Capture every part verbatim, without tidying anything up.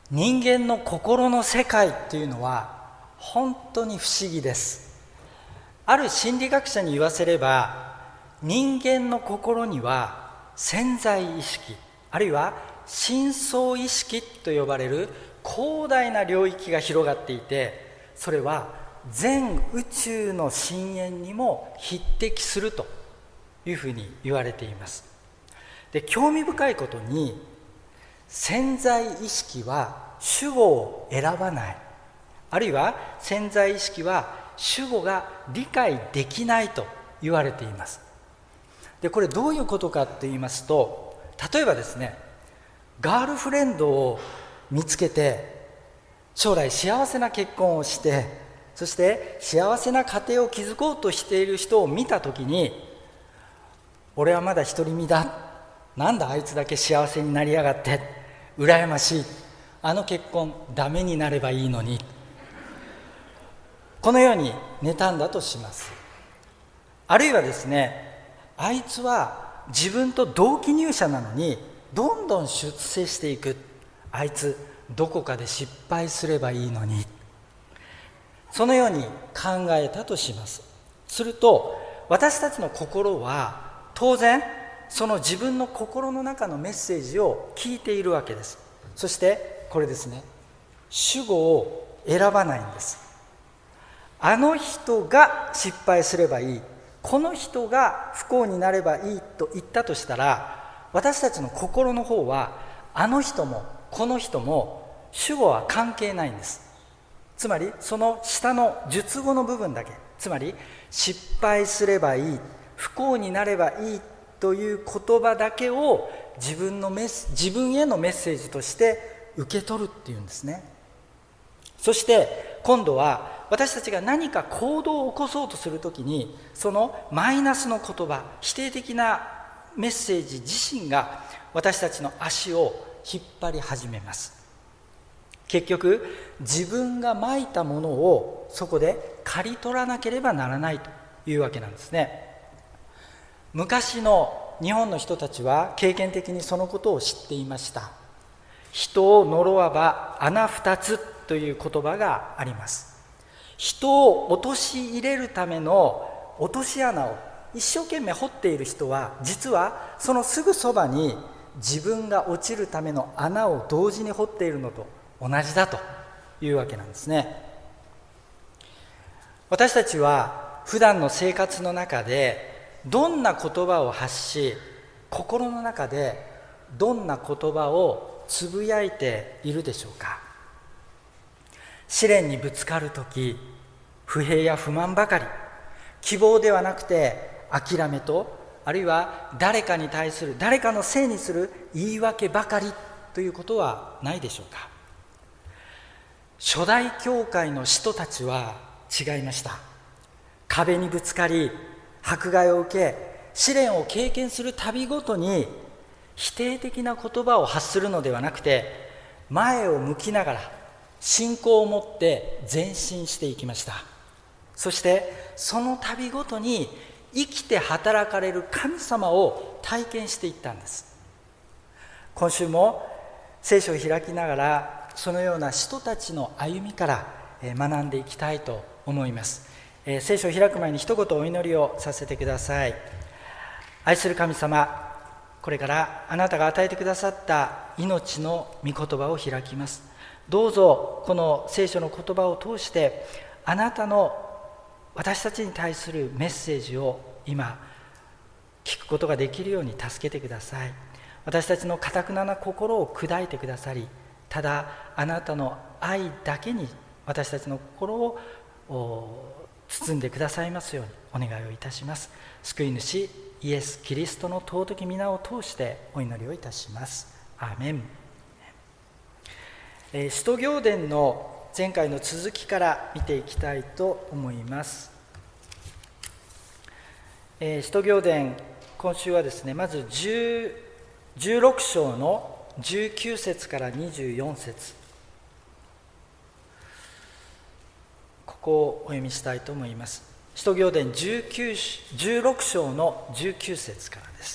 人間の心の世界というのは本当に不思議です。ある心理学者に言わせれば、人間の心には潜在意識、あるいは深層意識と呼ばれる広大な領域が広がっていて、それは全宇宙の深淵にも匹敵するというふうに言われています。で、興味深いことに、潜在意識は主語を選ばない、あるいは潜在意識は主語が理解できないと言われています。で、これどういうことかと言いますと、例えばですね、ガールフレンドを見つけて将来幸せな結婚をして、そして幸せな家庭を築こうとしている人を見たときに、俺はまだ独り身だ、なんだあいつだけ幸せになりやがって、羨ましい、あの結婚ダメになればいいのに、このように妬んだとします。あるいはですね、あいつは自分と同期入社なのにどんどん出世していく、あいつどこかで失敗すればいいのに、そのように考えたとします。すると私たちの心は当然その自分の心の中のメッセージを聞いているわけです。そしてこれですね、主語を選ばないんです。あの人が失敗すればいい、この人が不幸になればいいと言ったとしたら、私たちの心の方はあの人もこの人も主語は関係ないんです。つまりその下の述語の部分だけ、つまり失敗すればいい、不幸になればいいという言葉だけを自分のメス自分へのメッセージとして受け取るっていうんですね。そして今度は私たちが何か行動を起こそうとするときに、そのマイナスの言葉、否定的なメッセージ自身が私たちの足を引っ張り始めます。結局自分がまいたものをそこで刈り取らなければならないというわけなんですね。昔の日本の人たちは経験的にそのことを知っていました。人を呪わば穴二つという言葉があります。人を陥れるための落とし穴を一生懸命掘っている人は、実はそのすぐそばに自分が落ちるための穴を同時に掘っているのと同じだというわけなんですね。私たちは普段の生活の中でどんな言葉を発し、心の中でどんな言葉をつぶやいているでしょうか。試練にぶつかるとき、不平や不満ばかり、希望ではなくて諦めと、あるいは誰かに対する、誰かのせいにする言い訳ばかりということはないでしょうか。初代教会の使徒たちは違いました。壁にぶつかり、迫害を受け、試練を経験するたびごとに否定的な言葉を発するのではなくて、前を向きながら信仰を持って前進していきました。そしてそのたびごとに生きて働かれる神様を体験していったんです。今週も聖書を開きながら、そのような使徒たちの歩みから学んでいきたいと思います。えー、聖書を開く前に一言お祈りをさせてください。愛する神様、これからあなたが与えてくださった命の御言葉を開きます。どうぞこの聖書の言葉を通してあなたの私たちに対するメッセージを今聞くことができるように助けてください。私たちの堅くなな心を砕いてくださり、ただあなたの愛だけに私たちの心を包んでくださいますようにお願いをいたします。救い主イエス・キリストの尊き皆を通してお祈りをいたします。アーメン。えー、使徒行伝の前回の続きから見ていきたいと思います。えー、使徒行伝、今週はですね、まずじゅう、じゅうろく章のじゅうきゅう節からにじゅうよん節、ここをお読みしたいと思います。使徒行伝じゅうきゅう、じゅうろく章のじゅうきゅう節からです。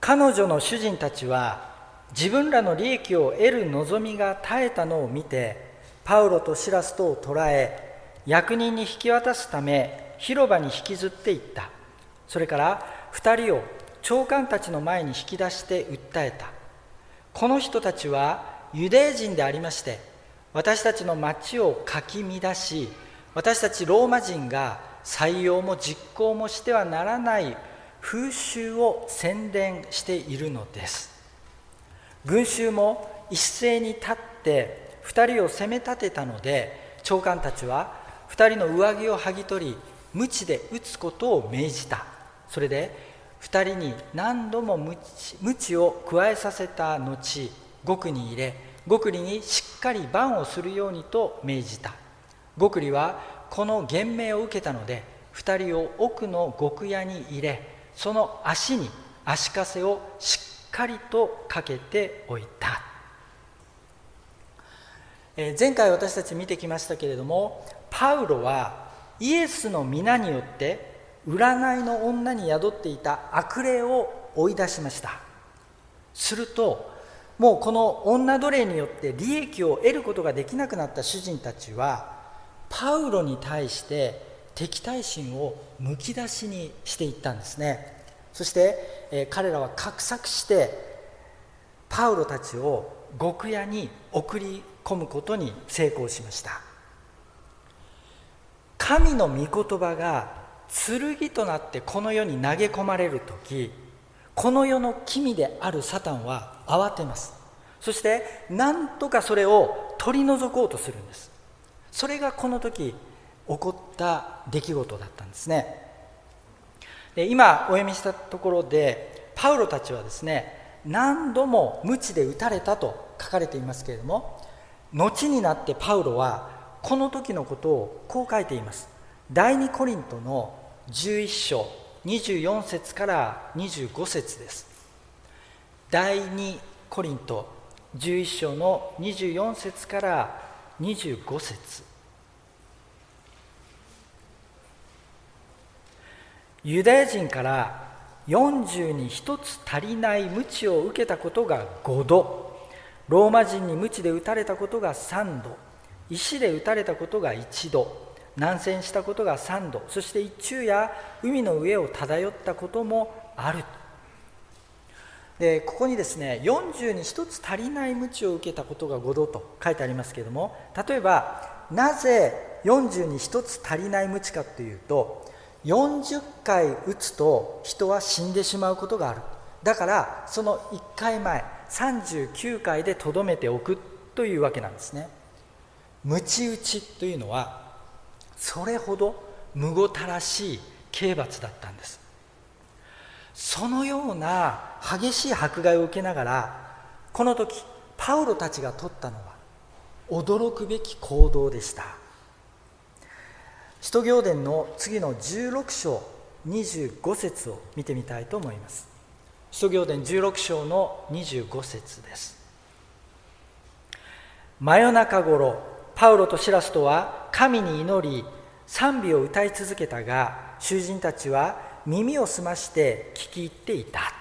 彼女の主人たちは自分らの利益を得る望みが絶えたのを見て、パウロとシラスとを捕らえ、役人に引き渡すため広場に引きずっていった。それから二人を長官たちの前に引き出して訴えた。この人たちはユダヤ人でありまして、私たちの町をかき乱し、私たちローマ人が採用も実行もしてはならない風習を宣伝しているのです。群衆も一斉に立って二人を責め立てたので、長官たちは二人の上着を剥ぎ取り、鞭で打つことを命じた。それで二人に何度も鞭を加えさせた後、獄に入れ、獄吏にしっかり番をするようにと命じた。獄吏はこの厳命を受けたので、二人を奥の獄屋に入れ、その足に足かせをしっかりとかけておいた。えー、前回私たち見てきましたけれども、パウロはイエスの皆によって占いの女に宿っていた悪霊を追い出しました。するともうこの女奴隷によって利益を得ることができなくなった主人たちは、パウロに対して敵対心をむき出しにしていったんですね。そして、えー、彼らは画策してパウロたちを獄屋に送り込むことに成功しました。神の御言葉が剣となってこの世に投げ込まれるとき、この世の君であるサタンは慌てます。そして何とかそれを取り除こうとするんです。それがこの時起こった出来事だったんですね。で、今お読みしたところで、パウロたちはですね、何度も鞭で打たれたと書かれていますけれども、後になってパウロはこの時のことをこう書いています。第二コリントのじゅういっ章にじゅうよん節からにじゅうご節です。第二コリントじゅういっ章のにじゅうよん節からにじゅうご節。ユダヤ人からよんじゅうにひとつ足りない鞭を受けたことがごど、ローマ人に鞭で打たれたことがさんど、石で打たれたことがいちど、南戦したことがさんど、そして一昼夜海の上を漂ったこともある。で、ここにですね、よんじゅうにひとつ足りない鞭を受けたことがごどと書いてありますけれども、例えばなぜよんじゅうにひとつ足りない鞭かというと、よんじゅっかい打つと人は死んでしまうことがある。だからそのいっかいまえさんじゅうきゅうかいでとどめておくというわけなんですね。鞭打ちというのはそれほどむごたらしい刑罰だったんです。そのような激しい迫害を受けながら、この時パウロたちが取ったのは驚くべき行動でした。使徒行伝の次のじゅうろく章にじゅうご節を見てみたいと思います。使徒行伝じゅうろく章のにじゅうご節です。真夜中ごろ、パウロとシラスとは神に祈り賛美を歌い続けたが、囚人たちは耳を澄まして聞き入っていた。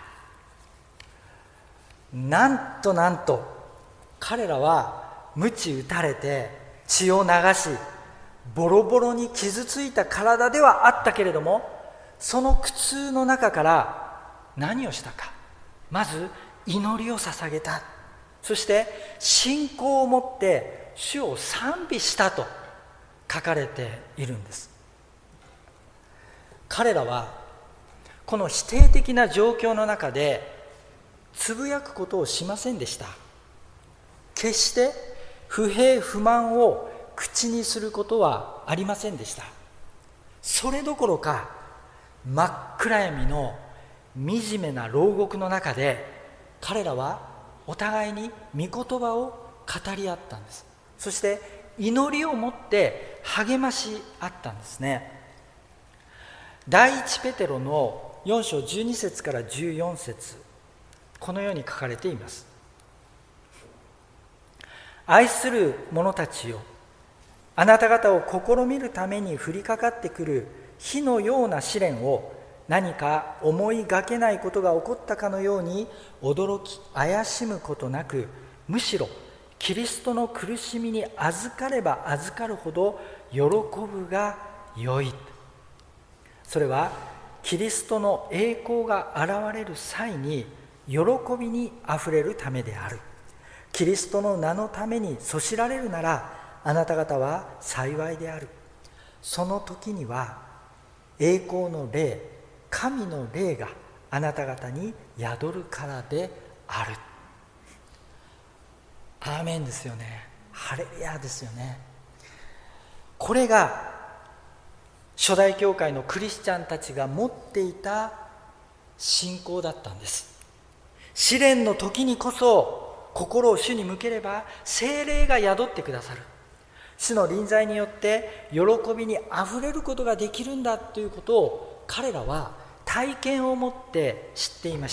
なんとなんと彼らは鞭打たれて血を流し、ボロボロに傷ついた体ではあったけれども、その苦痛の中から何をしたか。まず祈りを捧げた。そして信仰を持って主を賛美したと書かれているんです。彼らはこの否定的な状況の中でつぶやくことをしませんでした。決して不平不満を口にすることはありませんでした。それどころか真っ暗闇の惨めな牢獄の中で彼らはお互いに御言葉を語り合ったんです。そして祈りを持って励まし合ったんですね。第一ペテロのよん章じゅうに節からじゅうよん節、このように書かれています。愛する者たちよ、あなた方を試みるために降りかかってくる火のような試練を何か思いがけないことが起こったかのように驚き怪しむことなく、むしろキリストの苦しみに預かれば預かるほど喜ぶがよい。それはキリストの栄光が現れる際に喜びにあふれるためである。キリストの名のためにそしられるなら、あなた方は幸いである。その時には栄光の霊、神の霊があなた方に宿るからである。アーメンですよね。ハレルヤですよね。これが初代教会のクリスチャンたちが持っていた信仰だったんです。試練の時にこそ心を主に向ければ聖霊が宿ってくださる。主の臨在によって喜びにあふれることができるんだということを彼らは体験を持って知っていました。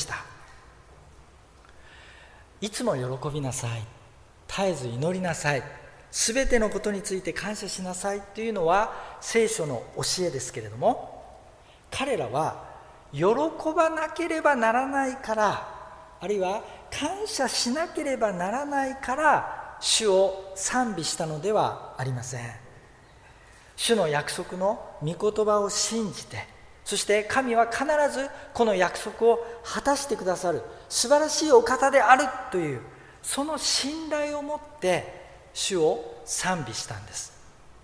いつも喜びなさい、絶えず祈りなさい、すべてのことについて感謝しなさいというのは聖書の教えですけれども、彼らは喜ばなければならないから、あるいは感謝しなければならないから主を賛美したのではありません。主の約束の御言葉を信じて、そして神は必ずこの約束を果たしてくださる素晴らしいお方であるという、その信頼を持って主を賛美したんです。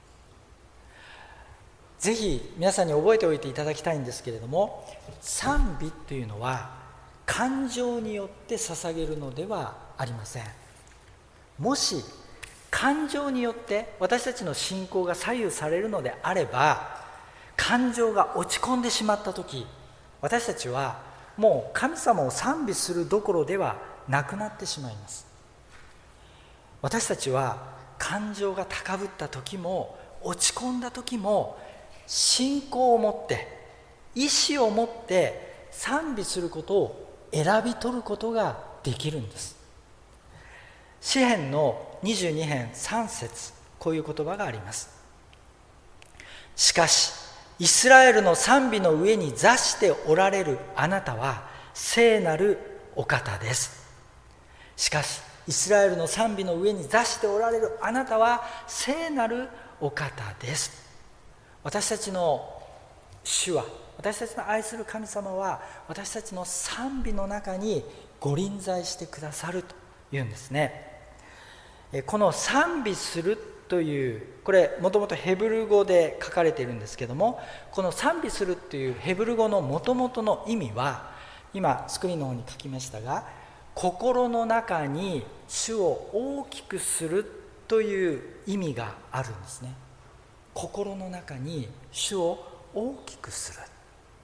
ぜひ皆さんに覚えておいていただきたいんですけれども、賛美というのは感情によって捧げるのではありません。もし感情によって私たちの信仰が左右されるのであれば、感情が落ち込んでしまったとき、私たちはもう神様を賛美するどころではなくなってしまいます。私たちは感情が高ぶった時も落ち込んだ時も信仰を持って意志を持って賛美することを選び取ることができるんです。詩編のにじゅうに編さん節、こういう言葉があります。しかしイスラエルの賛美の上に座しておられるあなたは聖なるお方です。しかしイスラエルの賛美の上に座しておられるあなたは聖なるお方です。私たちの主は、私たちの愛する神様は私たちの賛美の中にご臨在してくださるというんですね。この賛美するという、これもともとヘブル語で書かれているんですけども、この賛美するというヘブル語のもともとの意味は、今スクリーンの方に書きましたが、心の中に主を大きくするという意味があるんですね。心の中に主を大きくする。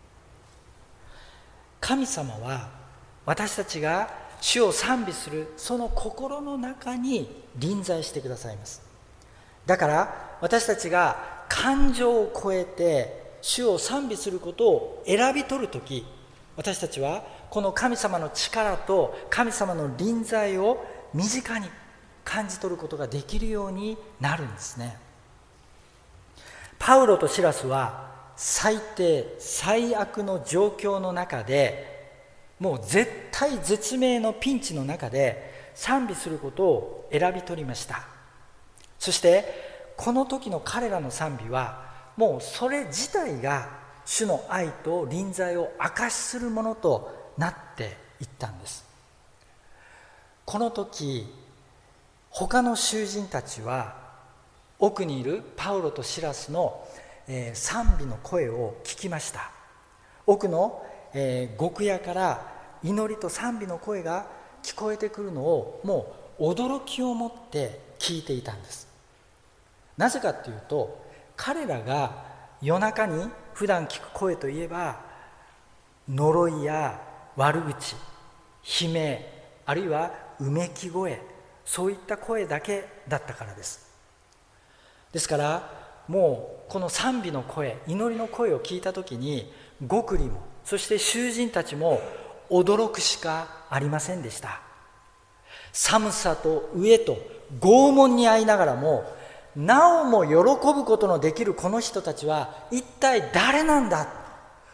神様は私たちが主を賛美するその心の中に臨在してくださいます。だから私たちが感情を超えて主を賛美することを選び取るとき、私たちはこの神様の力と神様の臨在を身近に感じ取ることができるようになるんですね。パウロとシラスは最低最悪の状況の中で、もう絶対絶命のピンチの中で賛美することを選び取りました。そしてこの時の彼らの賛美はもうそれ自体が主の愛と臨在を証しするものとなっていったんです。この時他の囚人たちは奥にいるパウロとシラスの、えー、賛美の声を聞きました。奥の、えー、極屋から祈りと賛美の声が聞こえてくるのをもう驚きを持って聞いていたんです。なぜかというと、彼らが夜中に普段聞く声といえば呪いや悪口、悲鳴、あるいはうめき声、そういった声だけだったからです。ですからもうこの賛美の声、祈りの声を聞いたときに極利もそして囚人たちも驚くしかありませんでした。寒さと飢えと拷問に遭いながらもなおも喜ぶことのできるこの人たちは一体誰なんだ、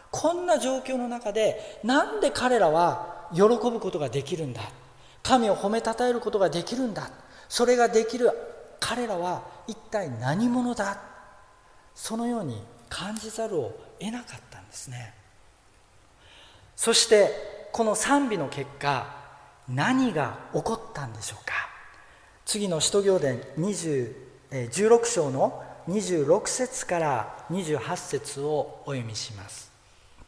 こんな状況の中でなんで彼らは喜ぶことができるんだ、神を褒めたたえることができるんだ、それができる彼らは一体何者だ、そのように感じざるを得なかったんですね。そしてこの賛美の結果、何が起こったんでしょうか。次の使徒行伝にじゅう、じゅうろく章のにじゅうろく節からにじゅうはち節をお読みします。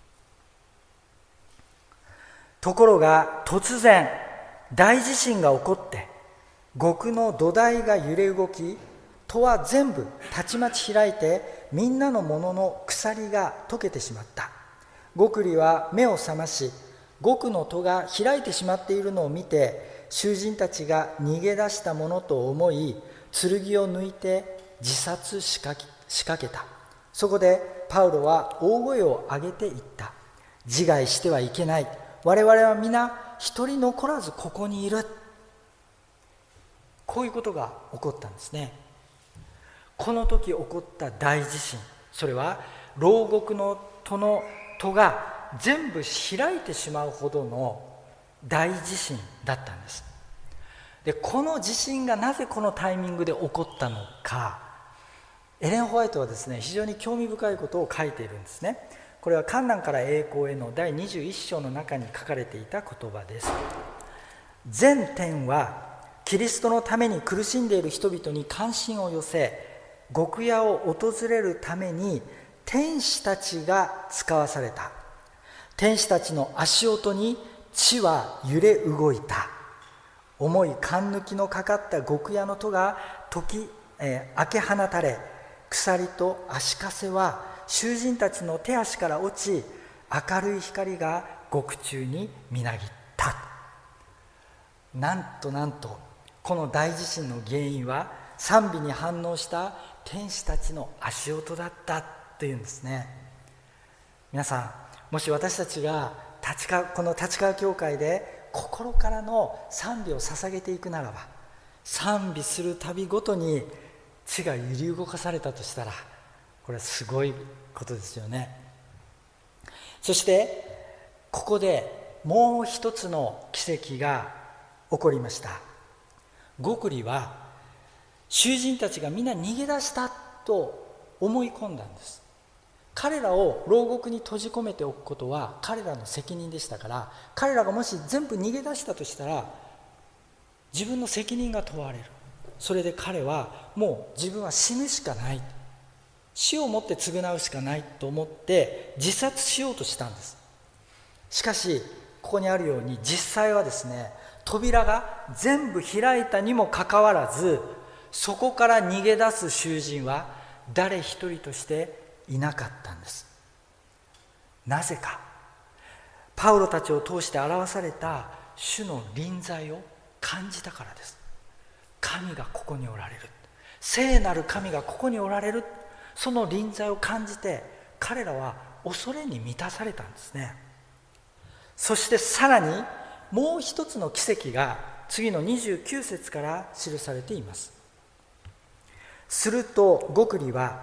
ところが突然大地震が起こって、極の土台が揺れ動き、戸は全部たちまち開いて、みんなのものの鎖が解けてしまった。極利は目を覚まし、極の戸が開いてしまっているのを見て、囚人たちが逃げ出したものと思い、剣を抜いて自殺しか仕掛けた。そこでパウロは大声を上げて言った。自害してはいけない。我々は皆一人残らずここにいる。こういうことが起こったんですね。この時起こった大地震、それは牢獄の戸の戸が全部開いてしまうほどの大地震だったんです。で、この地震がなぜこのタイミングで起こったのか、エレン・ホワイトはですね、非常に興味深いことを書いているんですね。これは観難から栄光へのだいにじゅういっ章の中に書かれていた言葉です。全天はキリストのために苦しんでいる人々に関心を寄せ、極夜を訪れるために天使たちが使わされた。天使たちの足音に地は揺れ動いた。重い勘抜きのかかった極夜の戸が時、えー、開け放たれ、鎖と足かせは囚人たちの手足から落ち、明るい光が獄中にみなぎった。なんとなんと、この大地震の原因は賛美に反応した天使たちの足音だったというんですね。皆さん、もし私たちが立川この立川教会で心からの賛美を捧げていくならば、賛美するたびごとに地が揺り動かされたとしたら、これはすごいことですよね。そしてここでもう一つの奇跡が起こりました。極利は囚人たちがみんな逃げ出したと思い込んだんです。彼らを牢獄に閉じ込めておくことは彼らの責任でしたから、彼らがもし全部逃げ出したとしたら自分の責任が問われる。それで彼はもう自分は死ぬしかない、死をもって償うしかないと思って自殺しようとしたんです。しかしここにあるように、実際はですね、扉が全部開いたにもかかわらず、そこから逃げ出す囚人は誰一人としていなかったんです。なぜか、パウロたちを通して表された主の臨在を感じたからです。神がここにおられる、聖なる神がここにおられる、その臨在を感じて彼らは恐れに満たされたんですね。そしてさらにもう一つの奇跡が次のにじゅうきゅう節から記されています。すると極利は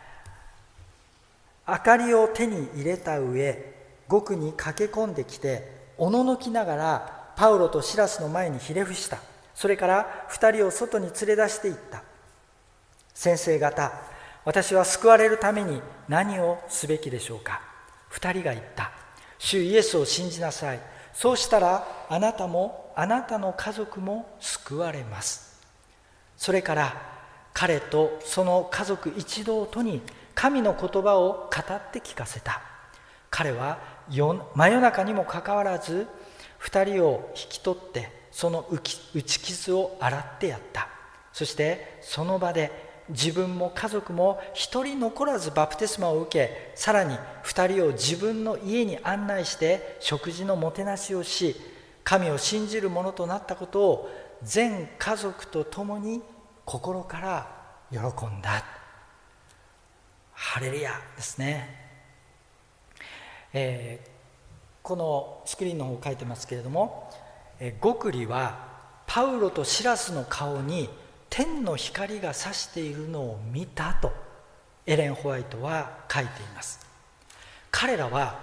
明かりを手に入れた上、獄に駆け込んできて、おののきながらパウロとシラスの前にひれ伏した。それから二人を外に連れ出していった。先生方、私は救われるために何をすべきでしょうか。二人が言った。主イエスを信じなさい。そうしたらあなたもあなたの家族も救われます。それから彼とその家族一同とに神の言葉を語って聞かせた。彼は真夜中にもかかわらず二人を引き取ってその打ち傷を洗ってやった。そしてその場で自分も家族も一人残らずバプテスマを受け、さらに二人を自分の家に案内して食事のもてなしをし、神を信じる者となったことを全家族と共に心から喜んだ。ハレルヤですね。えー、このスクリーンの方書いてますけれども、えー、極利はパウロとシラスの顔に天の光が差しているのを見たとエレン・ホワイトは書いています。彼らは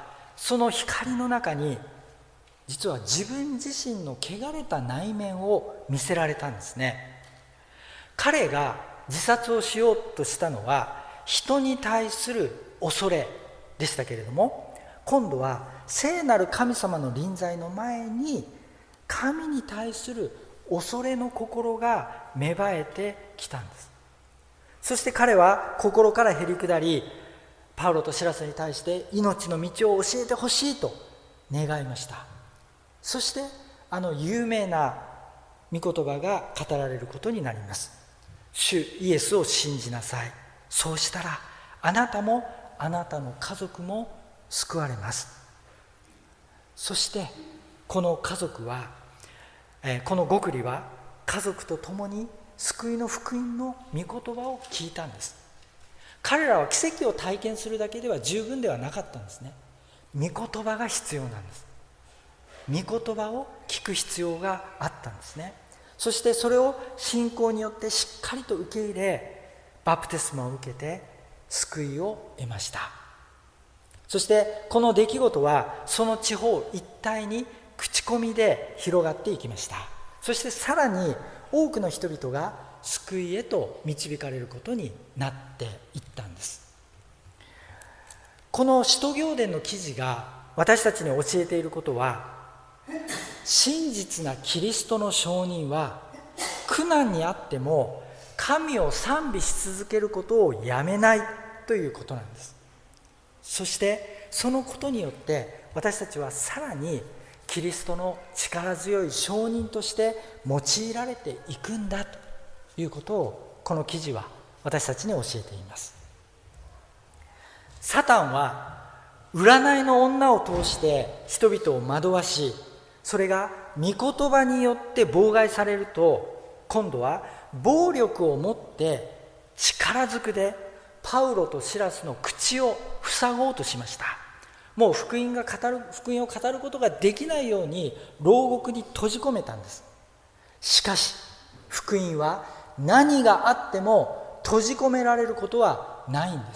その光の中に実は自分自身の汚れた内面を見せられたんですね。彼が自殺をしようとしたのは人に対する恐れでしたけれども、今度は聖なる神様の臨在の前に神に対する恐れの心が芽生えてきたんです。そして彼は心からへり下り、パウロとシラスに対して命の道を教えてほしいと願いました。そしてあの有名な御言葉が語られることになります。主イエスを信じなさい。そうしたらあなたもあなたの家族も救われます。そしてこの家族は、えー、この極利は家族と共に救いの福音の御言葉を聞いたんです。彼らは奇跡を体験するだけでは十分ではなかったんですね。御言葉が必要なんです。御言葉を聞く必要があったんですね。そしてそれを信仰によってしっかりと受け入れ、バプテスマを受けて救いを得ました。そしてこの出来事はその地方一帯に口コミで広がっていきました。そしてさらに多くの人々が救いへと導かれることになっていったんです。この使徒行伝の記事が私たちに教えていることは、真実なキリストの証人は苦難にあっても神を賛美し続けることをやめないということなんです。そしてそのことによって私たちはさらにキリストの力強い証人として用いられていくんだということをこの記事は私たちに教えています。サタンは占いの女を通して人々を惑わし、それが御言葉によって妨害されると、今度は暴力をもって力ずくでパウロとシラスの口を塞ごうとしました。もう福音が語る福音を語ることができないように牢獄に閉じ込めたんです。しかし福音は何があっても閉じ込められることはないんです。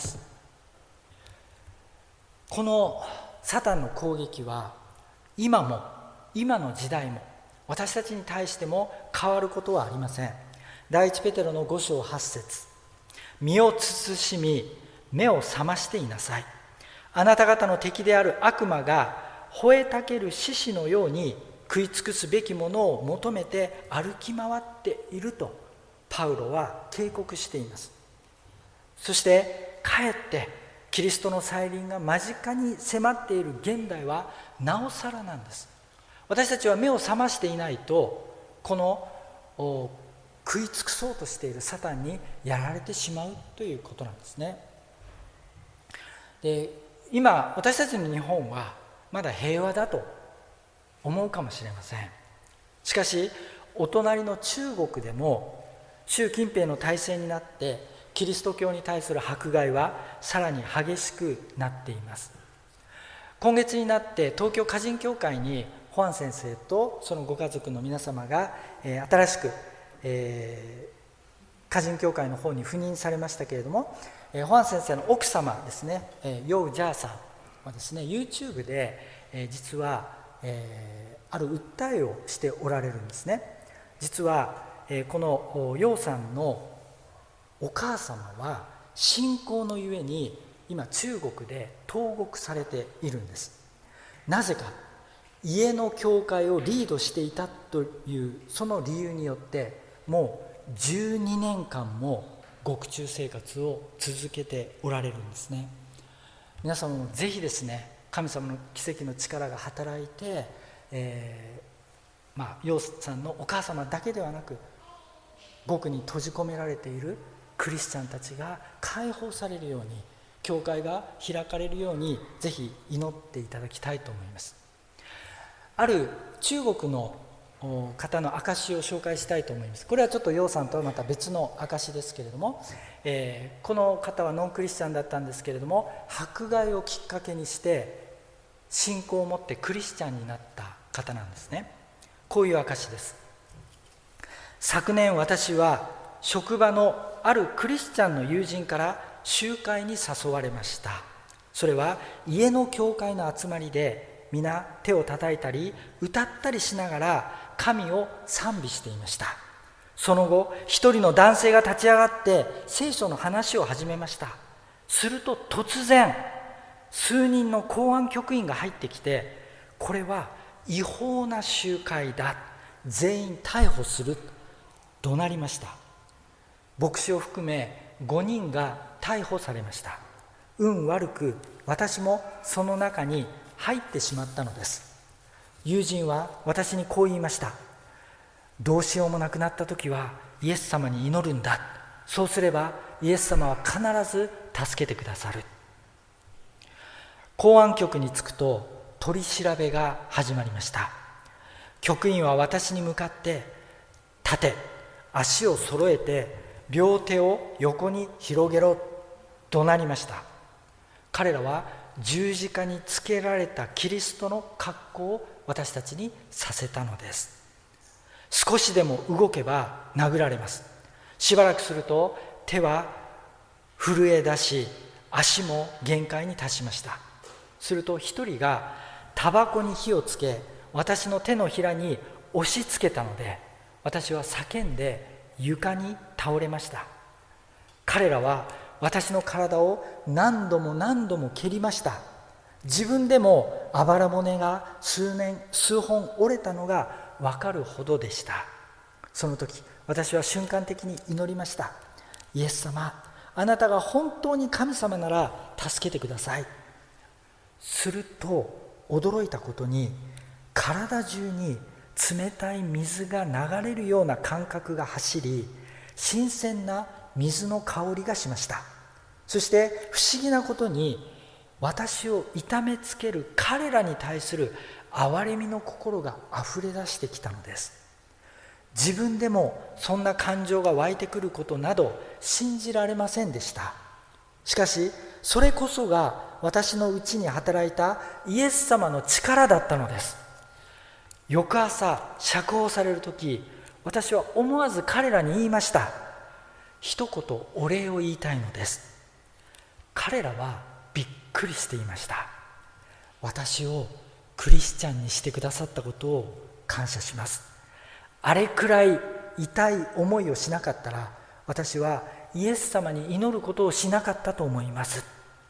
このサタンの攻撃は今も今の時代も私たちに対しても変わることはありません。第一ペテロのご章はち節、身を慎み目を覚ましていなさい。あなた方の敵である悪魔が吠えたける獅子のように食い尽くすべきものを求めて歩き回っているとパウロは警告しています。そしてかえってキリストの再臨が間近に迫っている現代はなおさらなんです。私たちは目を覚ましていないとこの食い尽くそうとしているサタンにやられてしまうということなんですね。で、今私たちの日本はまだ平和だと思うかもしれません。しかしお隣の中国でも習近平の体制になってキリスト教に対する迫害はさらに激しくなっています。今月になって東京歌人協会にホアン先生とそのご家族の皆様が、えー、新しく、えー、歌人協会の方に赴任されましたけれども、えー、ホアン先生の奥様ですね、えー、ヨウ・ジャーさんはですね YouTube で、えー、実は、えー、ある訴えをしておられるんですね。実は、えー、このヨウさんのお母様は信仰のゆえに今中国で投獄されているんです。なぜか、家の教会をリードしていたというその理由によってもうじゅうにねんかんも獄中生活を続けておられるんですね。皆様もぜひですね、神様の奇跡の力が働いて、えー、まあヨウさんのお母様だけではなく獄に閉じ込められているクリスチャンたちが解放されるように、教会が開かれるようにぜひ祈っていただきたいと思います。ある中国の方の証を紹介したいと思います。これはちょっとヨウさんとはまた別の証ですけれども、えー、この方はノンクリスチャンだったんですけれども、迫害をきっかけにして信仰を持ってクリスチャンになった方なんですね。こういう証です。昨年私は職場のあるクリスチャンの友人から集会に誘われました。 それは家の教会の集まりで皆手を叩いたり歌ったりしながら神を賛美していました。その後一人の男性が立ち上がって聖書の話を始めました。すると突然数人の公安局員が入ってきて、これは違法な集会だ、全員逮捕する、怒鳴りました。牧師を含めごにんが逮捕されました。運悪く私もその中に入ってしまったのです。友人は私にこう言いました。どうしようもなくなった時はイエス様に祈るんだ。そうすればイエス様は必ず助けてくださる。公安局に着くと取り調べが始まりました。局員は私に向かって、立て、足を揃えて両手を横に広げろ、怒鳴りました。彼らは十字架につけられたキリストの格好を私たちにさせたのです。少しでも動けば殴られます。しばらくすると手は震え出し、足も限界に達しました。すると一人がタバコに火をつけ、私の手のひらに押し付けたので、私は叫んで床に倒れました。彼らは私の体を何度も何度も蹴りました。自分でもあばら骨が数年数本折れたのが分かるほどでした。その時私は瞬間的に祈りました。イエス様、あなたが本当に神様なら助けてください。すると驚いたことに、体中に冷たい水が流れるような感覚が走り、新鮮な水の香りがしました。そして不思議なことに、私を痛めつける彼らに対する憐れみの心があふれ出してきたのです。自分でもそんな感情が湧いてくることなど信じられませんでした。しかしそれこそが私のうちに働いたイエス様の力だったのです。翌朝釈放されるとき、私は思わず彼らに言いました。一言お礼を言いたいのです。彼らはびっくりしていました。私をクリスチャンにしてくださったことを感謝します。あれくらい痛い思いをしなかったら、私はイエス様に祈ることをしなかったと思います。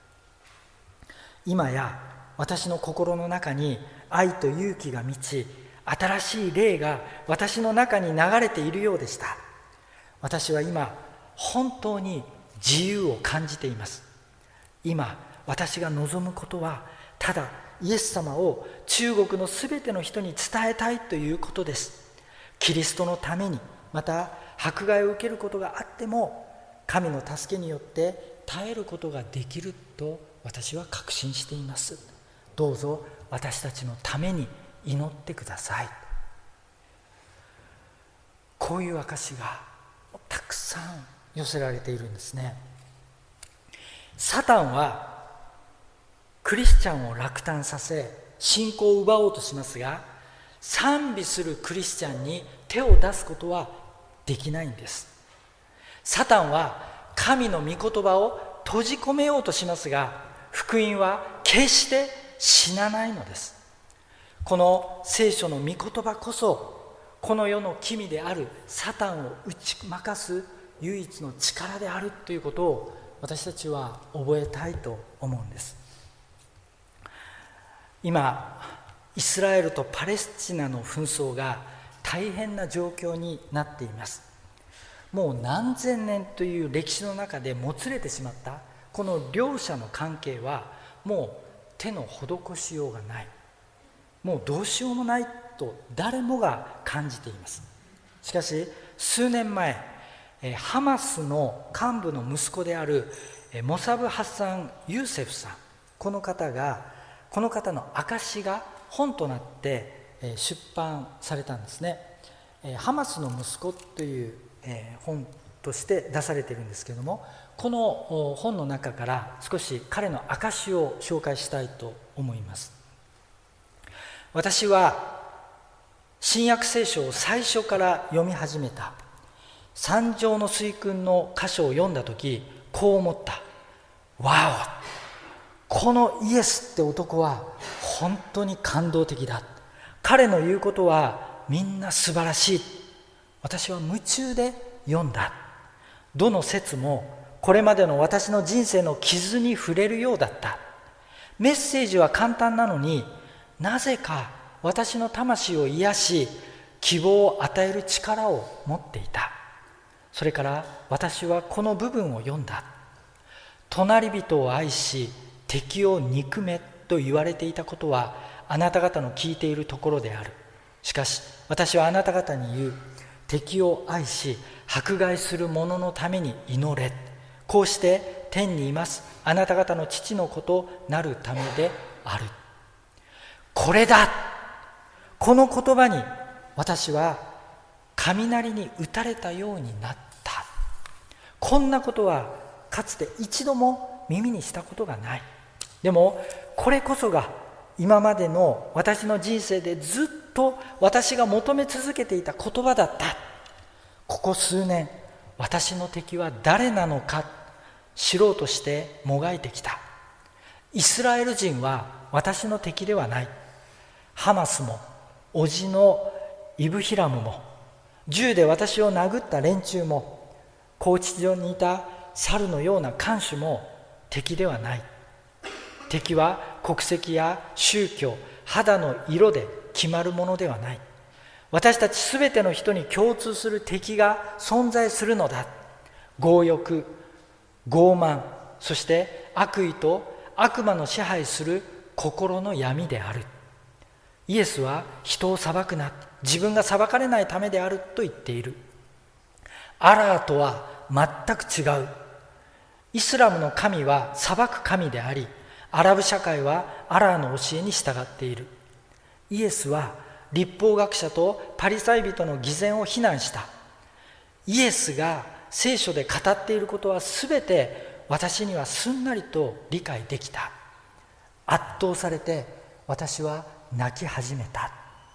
今や私の心の中に愛と勇気が満ち、新しい霊が私の中に流れているようでした。私は今本当に自由を感じています。今私が望むことは、ただイエス様を中国のすべての人に伝えたいということです。キリストのために、また迫害を受けることがあっても、神の助けによって耐えることができると私は確信しています。どうぞ私たちのために祈ってください。こういう証がたくさん寄せられているんですね。サタンはクリスチャンを落胆させ、信仰を奪おうとしますが、賛美するクリスチャンに手を出すことはできないんです。サタンは神の御言葉を閉じ込めようとしますが、福音は決して死なないのです。この聖書の御言葉こそ、この世の君であるサタンを打ち負かす唯一の力であるということを、私たちは覚えたいと思うんです。今イスラエルとパレスチナの紛争が大変な状況になっています。もう何千年という歴史の中でもつれてしまったこの両者の関係は、もう手の施しようがない、もうどうしようもないと誰もが感じています。しかし数年前、ハマスの幹部の息子であるモサブ・ハッサン・ユーセフさん、この方がこの方の証が本となって出版されたんですね。ハマスの息子という本として出されているんですけれども、この本の中から少し彼の証を紹介したいと思います。私は新約聖書を最初から読み始めた。三条の水訓の箇所を読んだとき、こう思った。わこのイエスって男は本当に感動的だ。彼の言うことはみんな素晴らしい。私は夢中で読んだ。どの説もこれまでの私の人生の傷に触れるようだった。メッセージは簡単なのに、なぜか私の魂を癒し、希望を与える力を持っていた。それから私はこの部分を読んだ。隣人を愛し敵を憎めと言われていたことはあなた方の聞いているところである。しかし私はあなた方に言う。敵を愛し迫害する者のために祈れ。こうして天にいますあなた方の父の子となるためである。これだ。この言葉に私は雷に打たれたようになった。こんなことはかつて一度も耳にしたことがない。でもこれこそが今までの私の人生でずっと私が求め続けていた言葉だった。ここ数年、私の敵は誰なのか知ろうとしてもがいてきた。イスラエル人は私の敵ではない。ハマスも叔父のイブヒラムも銃で私を殴った連中も拘置所にいた猿のような看守も敵ではない。敵は国籍や宗教、肌の色で決まるものではない。私たちすべての人に共通する敵が存在するのだ。強欲、傲慢、そして悪意と悪魔の支配する心の闇である。イエスは人を裁くな、自分が裁かれないためであると言っている。アラーとは全く違う。イスラムの神は裁く神であり、アラブ社会はアラーの教えに従っている。イエスは律法学者とパリサイ人の偽善を非難した。イエスが聖書で語っていることはすべて私にはすんなりと理解できた。圧倒されて私は泣き始めた。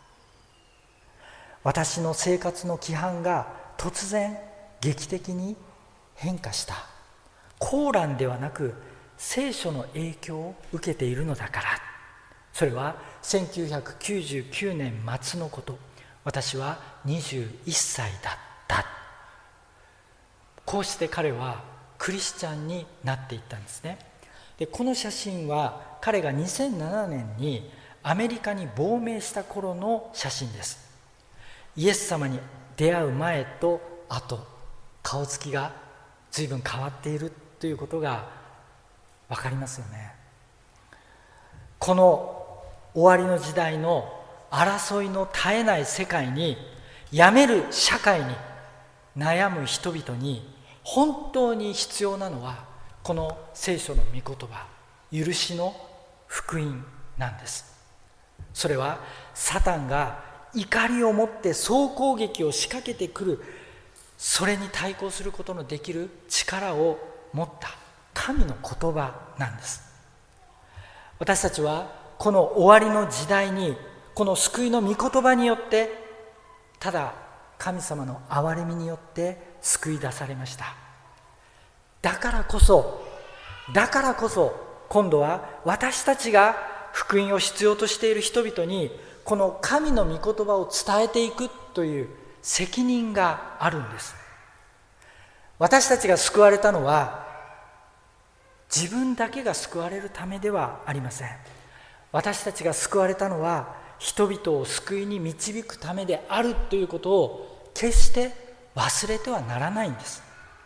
私の生活の規範が突然劇的に変化した。コーランではなく聖書の影響を受けているのだから。それはせんきゅうひゃくきゅうじゅうきゅうねん末のこと。私はにじゅういっさいだった。こうして彼はクリスチャンになっていったんですね。でこの写真は彼がにせんななねんにアメリカに亡命した頃の写真です。イエス様に出会う前と後、顔つきが随分変わっているということが分かりますよね。この終わりの時代の争いの絶えない世界に、病める社会に悩む人々に本当に必要なのはこの聖書の御言葉、許しの福音なんです。それはサタンが怒りを持って総攻撃を仕掛けてくる、それに対抗することのできる力を持った神の言葉なんです。私たちはこの終わりの時代にこの救いの御言葉によって、ただ神様の憐れみによって救い出されました。だからこそだからこそ今度は私たちが福音を必要としている人々にこの神の御言葉を伝えていくという責任があるんです。私たちが救われたのは自分だけが救われるためではありません。私たちが救われたのは人々を救いに導くためであるということを決して忘れてはならないんです。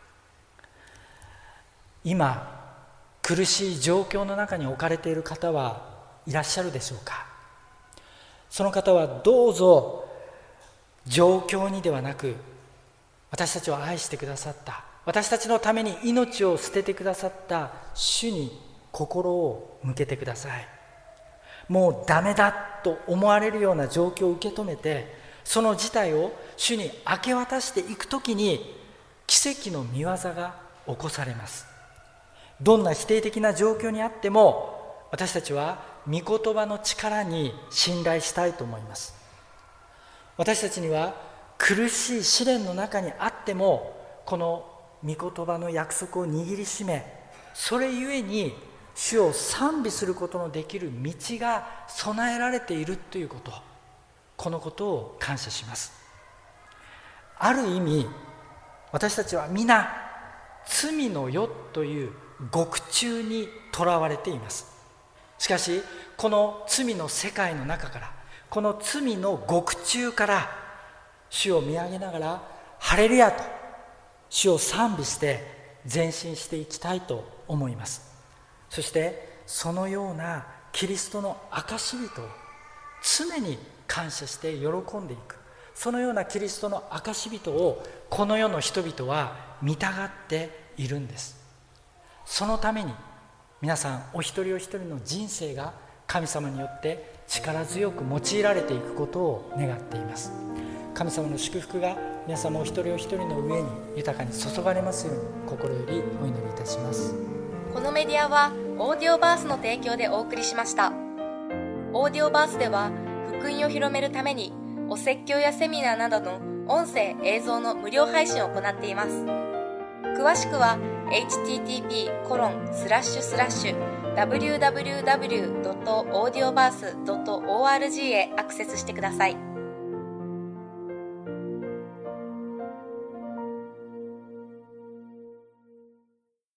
今苦しい状況の中に置かれている方はいらっしゃるでしょうか。その方はどうぞ状況にではなく、私たちを愛してくださった、私たちのために命を捨ててくださった主に心を向けてください。もうダメだと思われるような状況を受け止めて、その事態を主に明け渡していくときに奇跡の御業が起こされます。どんな否定的な状況にあっても私たちは御言葉の力に信頼したいと思います。私たちには苦しい試練の中にあってもこの御言葉の約束を握りしめ、それゆえに主を賛美することのできる道が備えられているということ、このことを感謝します。ある意味、私たちは皆罪の世という獄中にとらわれています。しかしこの罪の世界の中から、この罪の獄中から主を見上げながらハレルヤと主を賛美して前進していきたいと思います。そしてそのようなキリストの証人を常に感謝して喜んでいく、そのようなキリストの証人をこの世の人々は見たがっているんです。そのために皆さんお一人お一人の人生が神様によって力強く用いられていくことを願っています。神様の祝福が皆様お一人お一人の上に豊かに注がれますように心よりお祈りいたします。 このメディアはオーディオバースの提供でお送りしました。オーディオバースでは福音を広めるためにお説教やセミナーなどの音声映像の無料配信を行っています。詳しくは エイチティーティーピーコロンスラッシュスラッシュダブリューダブリューダブリュードットオーディオバースドットオーアールジー へアクセスしてください。